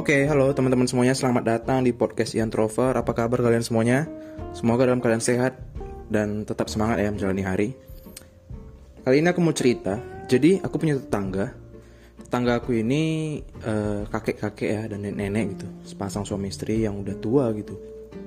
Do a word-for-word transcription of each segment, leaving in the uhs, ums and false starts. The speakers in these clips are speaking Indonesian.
Oke, halo teman-teman semuanya, selamat datang di podcast Ian Trover. Apa kabar kalian semuanya? Semoga dalam keadaan sehat dan tetap semangat ya menjalani hari. Kali ini aku mau cerita. Jadi aku punya tetangga. Tetangga aku ini uh, kakek-kakek ya dan nenek-nenek gitu, sepasang suami istri yang udah tua gitu.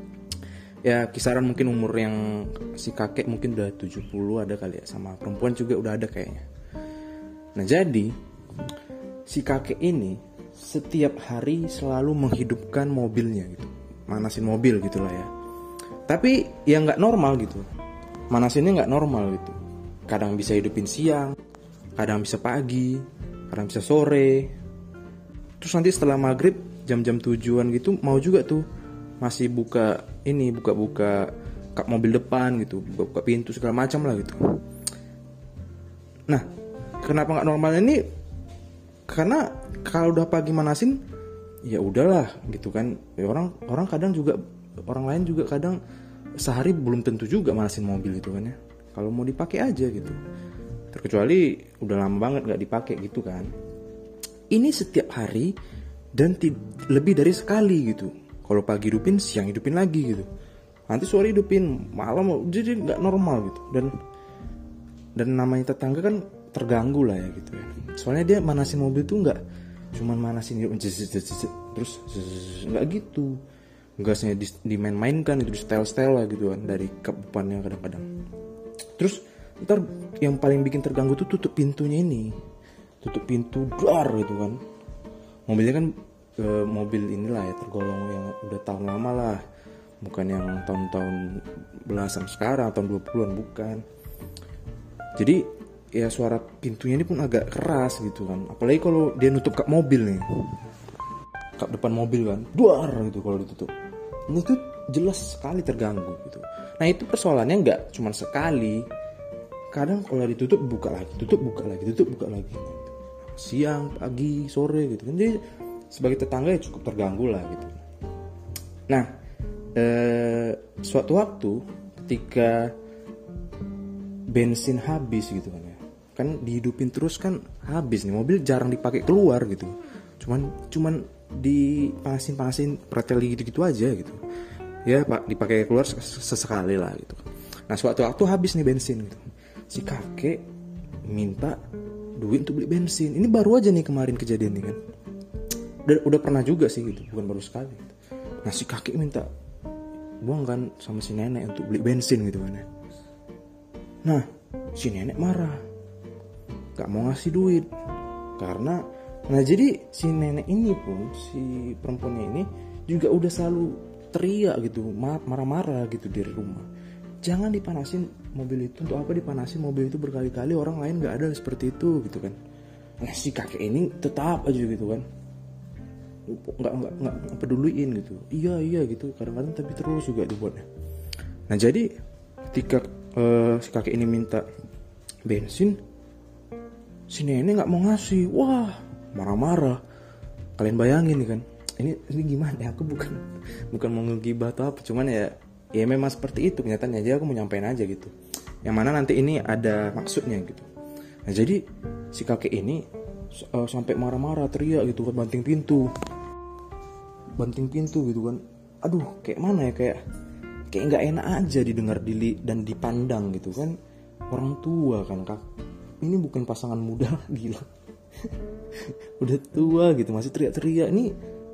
Ya kisaran mungkin umur yang si kakek mungkin udah tujuh puluh ada kali ya, sama perempuan juga udah ada kayaknya. Nah jadi si kakek ini setiap hari selalu menghidupkan mobilnya gitu, manasin mobil gitulah ya. Tapi ya nggak normal gitu, manasinnya nggak normal gitu. Kadang bisa hidupin siang, kadang bisa pagi, kadang bisa sore. Terus nanti setelah maghrib jam-jam tujuan gitu mau juga tuh masih buka ini, buka-buka kap mobil depan gitu, buka-buka pintu segala macam lah gitu. Nah, kenapa nggak normal ini? Karena kalau udah pagi manasin, ya udahlah gitu kan. Ya orang orang kadang juga orang lain juga kadang sehari belum tentu juga manasin mobil gitu kan ya. Kalau mau dipakai aja gitu. Terkecuali udah lama banget nggak dipakai gitu kan. Ini setiap hari dan t- lebih dari sekali gitu. Kalau pagi hidupin, siang hidupin lagi gitu. Nanti sore hidupin, malam jadi nggak normal gitu. Dan dan namanya tetangga kan terganggu lah ya gitu ya. Soalnya dia manasin mobil tuh nggak cuman manasin terus nggak gitu, gasnya dimain-mainkan itu, di style-style lah gitu kan dari kap depannya kadang-kadang. Terus ntar yang paling bikin terganggu tuh tutup pintunya ini, tutup pintu dar gitu kan. Mobilnya kan e, mobil inilah ya, tergolong yang udah tahun lama lah, bukan yang tahun-tahun belasan sekarang, tahun dua puluhan bukan. Jadi ya suara pintunya ini pun agak keras gitu kan. Apalagi kalau dia nutup kap mobil nih, kap depan mobil kan, duar gitu kalau ditutup. Ini tuh jelas sekali terganggu gitu. Nah itu persoalannya nggak cuma sekali. Kadang kalau ditutup buka lagi, tutup buka lagi, tutup buka lagi. Siang, pagi, sore gitu kan. Jadi sebagai tetangga ya cukup terganggu lah gitu. Nah, eh, suatu waktu ketika bensin habis gitu kan ya, kan dihidupin terus kan habis nih, mobil jarang dipakai keluar gitu, cuman cuman dipanasin-panasin preteli gitu-gitu aja gitu ya pak, dipakai keluar sesekali lah gitu. Nah suatu waktu habis nih bensin gitu, si kakek minta duit untuk beli bensin. Ini baru aja nih kemarin kejadian nih kan, udah, udah pernah juga sih gitu, bukan baru sekali gitu. Nah si kakek minta uang kan sama si nenek untuk beli bensin gitu kan ya. Nah si nenek marah, gak mau ngasih duit karena, nah jadi si nenek ini pun, si perempuannya ini juga udah selalu teriak gitu, marah-marah gitu dari rumah, jangan dipanasin mobil itu. Untuk apa dipanasin mobil itu berkali-kali, orang lain gak ada seperti itu gitu kan. Nah si kakek ini tetap aja gitu kan, nggak nggak nggak peduliin gitu, iya iya gitu kadang-kadang, tapi terus juga dibuatnya. Nah jadi ketika uh, si kakek ini minta bensin, si nenek nggak mau ngasih, wah marah-marah. Kalian bayangin nih kan, ini ini gimana ya, aku bukan bukan mau ngegibah atau apa, cuman ya ya memang seperti itu kenyataannya, aja aku mau nyampein aja gitu, yang mana nanti ini ada maksudnya gitu. Nah jadi si kakek ini uh, sampai marah-marah, teriak gitu kan, banting pintu banting pintu gitu kan. Aduh kayak mana ya, kayak kayak nggak enak aja didengar, dili dan dipandang gitu kan. Orang tua kan kak, ini bukan pasangan muda gila. Udah tua gitu masih teriak-teriak. Ini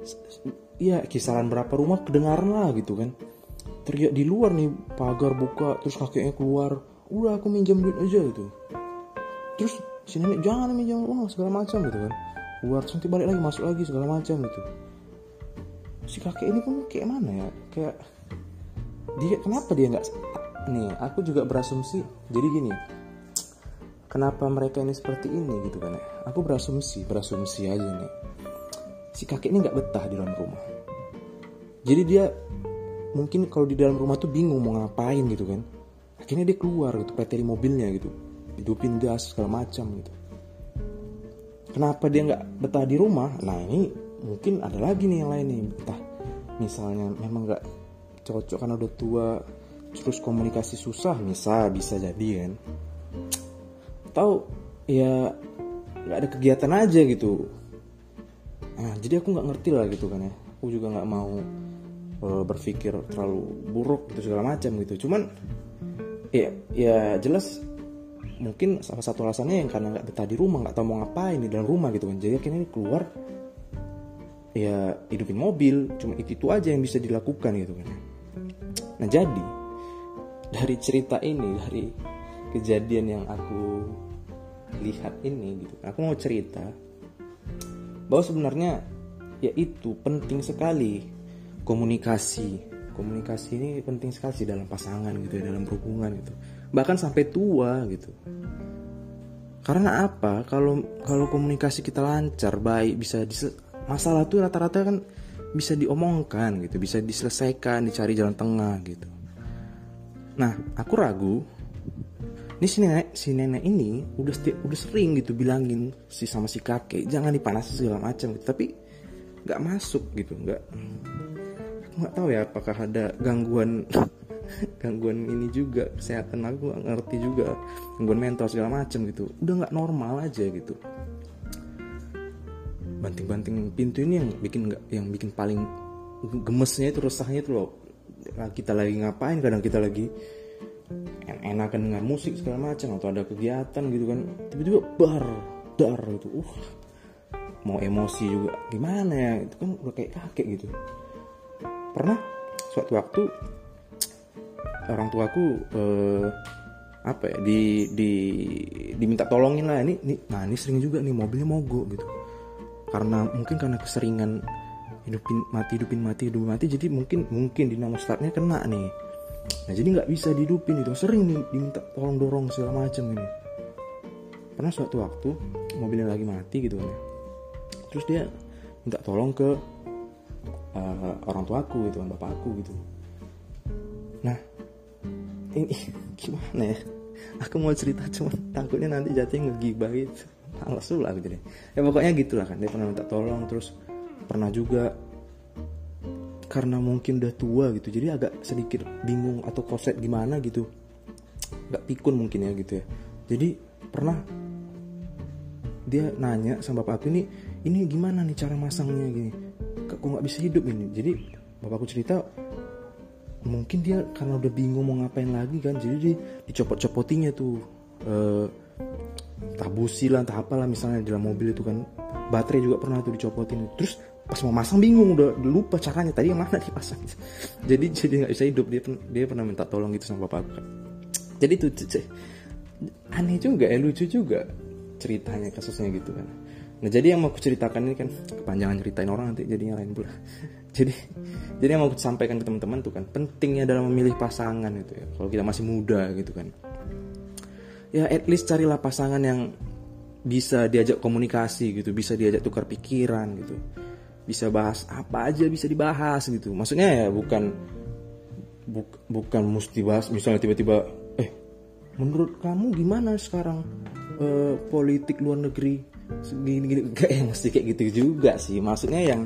ya kisaran berapa rumah kedengaran lah gitu kan, teriak di luar nih, pagar buka, terus kakeknya keluar, udah aku minjam duit aja gitu. Terus si nenek jangan minjam uang segala macam gitu kan, keluar nanti balik lagi, masuk lagi segala macam gitu. Si kakek ini pun kayak mana ya, kayak dia kenapa dia nggak, nih aku juga berasumsi jadi gini, kenapa mereka ini seperti ini gitu kan ya. Aku berasumsi, berasumsi aja nih, si kakek ini nggak betah di dalam rumah. Jadi dia mungkin kalau di dalam rumah tuh bingung mau ngapain gitu kan. Akhirnya dia keluar gitu, preteli mobilnya gitu, hidupin gas segala macam gitu. Kenapa dia nggak betah di rumah? Nah ini mungkin ada lagi nih yang lain nih, entah misalnya memang nggak cocok karena udah tua, terus komunikasi susah, misal bisa jadi kan. Atau ya nggak ada kegiatan aja gitu. Nah, jadi aku nggak ngerti lah gitu kan ya. Aku juga nggak mau uh, berpikir terlalu buruk gitu segala macam gitu. Cuman ya ya jelas mungkin salah satu alasannya yang karena nggak betah di rumah, nggak tahu mau ngapain di dalam rumah gitu kan. Jadi akhirnya keluar ya hidupin mobil. Cuma itu itu aja yang bisa dilakukan gitu kan. Nah jadi dari cerita ini, dari kejadian yang aku lihat ini gitu, aku mau cerita bahwa sebenarnya ya itu penting sekali komunikasi. Komunikasi ini penting sekali sih dalam pasangan gitu ya, dalam hubungan gitu. Bahkan sampai tua gitu. Karena apa? Kalau kalau komunikasi kita lancar, baik, bisa dise- masalah tuh rata-rata kan bisa diomongkan gitu, bisa diselesaikan, dicari jalan tengah gitu. Nah, aku ragu. Ini si nenek, si nenek ini udah setiap, udah sering gitu bilangin si sama si kakek jangan dipanasi segala macam gitu, tapi nggak masuk gitu, nggak. Aku nggak tahu ya apakah ada gangguan gangguan ini juga kesehatan, aku nggak ngerti juga, gangguan mental segala macam gitu. Udah nggak normal aja gitu. Banting-banting pintu ini yang bikin nggak, yang bikin paling gemesnya itu, resahnya itu loh. Kita lagi ngapain, kadang kita lagi enakan dengan musik segala macam atau ada kegiatan gitu kan, tiba-tiba bar dar gitu, uh mau emosi juga gimana ya, itu kan udah kayak kakek gitu. Pernah suatu waktu orang tuaku eh, apa ya di di diminta tolongin lah ini, ini nah ini sering juga nih mobilnya mogok gitu, karena mungkin karena keseringan hidupin mati hidupin mati hidupin mati, jadi mungkin mungkin dinamo startnya kena nih. Nah jadi nggak bisa dihidupin itu, sering nih diminta tolong dorong segala macam ini. Pernah suatu waktu mobilnya lagi mati gitu kan ya, terus dia minta tolong ke uh, orang tuaku gitu kan, bapakku gitu. Nah ini gimana ya, aku mau cerita cuman takutnya nanti jatuhnya ngegibah gitu, males lah gitu deh. Ya pokoknya gitulah kan, dia pernah minta tolong, terus pernah juga karena mungkin udah tua gitu, jadi agak sedikit bingung atau konsep gimana gitu, nggak pikun mungkin ya gitu ya. Jadi pernah dia nanya sama bapak aku, ini ini gimana nih cara masangnya gini, kok nggak bisa hidup ini. Jadi bapakku cerita mungkin dia karena udah bingung mau ngapain lagi kan, jadi dia dicopot-copotinya tuh eh, tabusi lah entah apalah misalnya di dalam mobil itu kan, baterai juga pernah tuh dicopotin. Terus pas mau masang bingung, udah lupa caranya tadi yang mana dipasang. Jadi jadi nggak bisa hidup, dia dia pernah minta tolong gitu sama bapak aku. Jadi tuh aneh juga ya, lucu juga ceritanya, kasusnya gitu kan. Nah jadi yang mau aku ceritakan ini kan kepanjangan ceritain orang nanti jadinya lain pula. Jadi jadi yang mau aku sampaikan ke teman-teman tuh kan pentingnya dalam memilih pasangan itu ya, kalau kita masih muda gitu kan. Ya at least carilah pasangan yang bisa diajak komunikasi gitu, bisa diajak tukar pikiran gitu, bisa bahas apa aja bisa dibahas gitu. Maksudnya ya bukan bu, bukan mesti bahas misalnya tiba-tiba eh menurut kamu gimana sekarang eh, politik luar negeri gini-gini, gak yang mesti kayak gitu juga sih. Maksudnya yang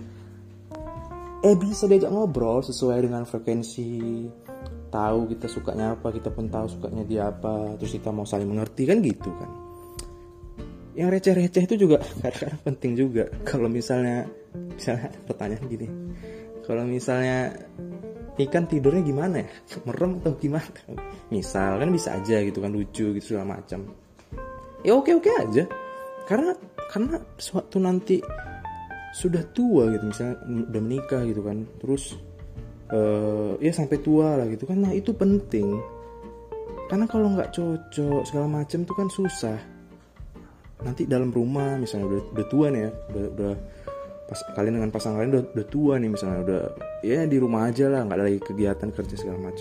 eh bisa diajak ngobrol sesuai dengan frekuensi, tahu kita sukanya apa, kita pun tahu sukanya dia apa, terus kita mau saling mengerti kan gitu kan. Yang receh-receh itu juga kadang-kadang penting juga. Kalau misalnya misalnya ada pertanyaan gini, kalau misalnya ikan tidurnya gimana ya, merem atau gimana, misal kan bisa aja gitu kan, lucu gitu segala macam. Ya oke-oke aja, karena karena suatu nanti sudah tua gitu, misalnya udah menikah gitu kan, terus uh, ya sampai tua lah gitu kan. Nah itu penting, karena kalau nggak cocok segala macam itu kan susah. Nanti dalam rumah misalnya udah, udah tua nih ya, udah, udah pas kalian dengan pasangan kalian udah, udah tua nih misalnya, udah ya di rumah aja lah, nggak ada lagi kegiatan kerja segala macam.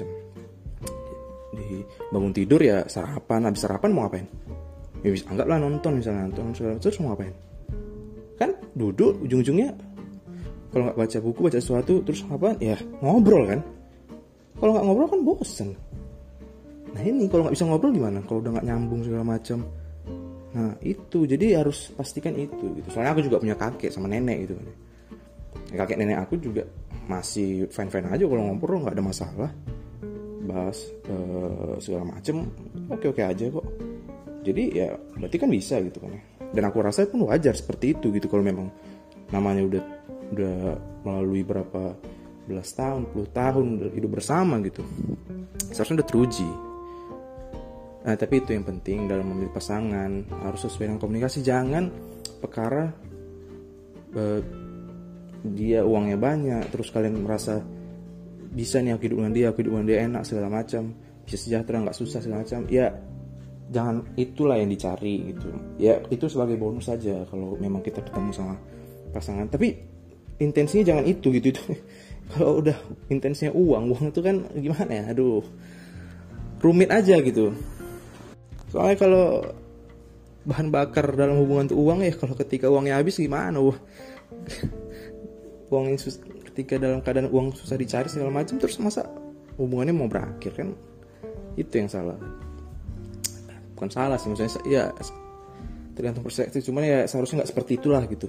Di bangun tidur ya sarapan, habis sarapan mau ngapain? Ya bisa anggaplah nonton misalnya, nonton segala macam, terus mau ngapain? Kan duduk ujung-ujungnya kalau nggak baca buku, baca sesuatu, terus apa? Ya ngobrol kan. Kalau nggak ngobrol kan bosen. Nah ini kalau nggak bisa ngobrol gimana? Kalau udah nggak nyambung segala macam. Nah itu jadi harus pastikan itu gitu. Soalnya aku juga punya kakek sama nenek gitu kan. Kakek nenek aku juga masih fine-fine aja kalau ngobrol, nggak ada masalah. Bahas uh, segala macem oke-oke aja kok. Jadi ya berarti kan bisa gitu kan ya. Dan aku rasa pun wajar seperti itu gitu, kalau memang namanya udah udah melalui berapa belas tahun, puluh tahun hidup bersama gitu, seharusnya udah teruji. Nah, tapi itu yang penting dalam memilih pasangan, harus sesuai dengan komunikasi. Jangan perkara eh, dia uangnya banyak, terus kalian merasa bisa nih aku hidup dengan dia, aku hidup dengan dia enak segala macam, bisa sejahtera nggak susah segala macam. Ya jangan itulah yang dicari gitu. Ya itu sebagai bonus saja kalau memang kita ketemu sama pasangan. Tapi intensinya jangan itu gitu. Kalau udah intensinya uang, uang itu kan gimana ya? Aduh, rumit aja gitu. Soalnya kalau bahan bakar dalam hubungan itu uang ya, kalau ketika uangnya habis gimana? Wah, uang yang sus- ketika dalam keadaan uang susah dicari segala macam, terus masa hubungannya mau berakhir kan? Itu yang salah. Bukan salah sih, maksudnya ya tergantung perspektif. Cuman ya seharusnya nggak seperti itulah gitu.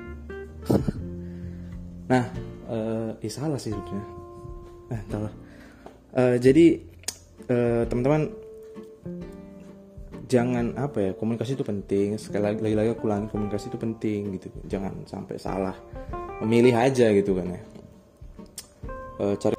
Nah, uh, ya salah sih sebetulnya. Nah, salah. Uh, jadi uh, teman-teman, jangan apa ya, komunikasi itu penting. Sekali lagi lagi aku ulangi, komunikasi itu penting gitu. Jangan sampai salah memilih aja gitu kan ya. Uh, cari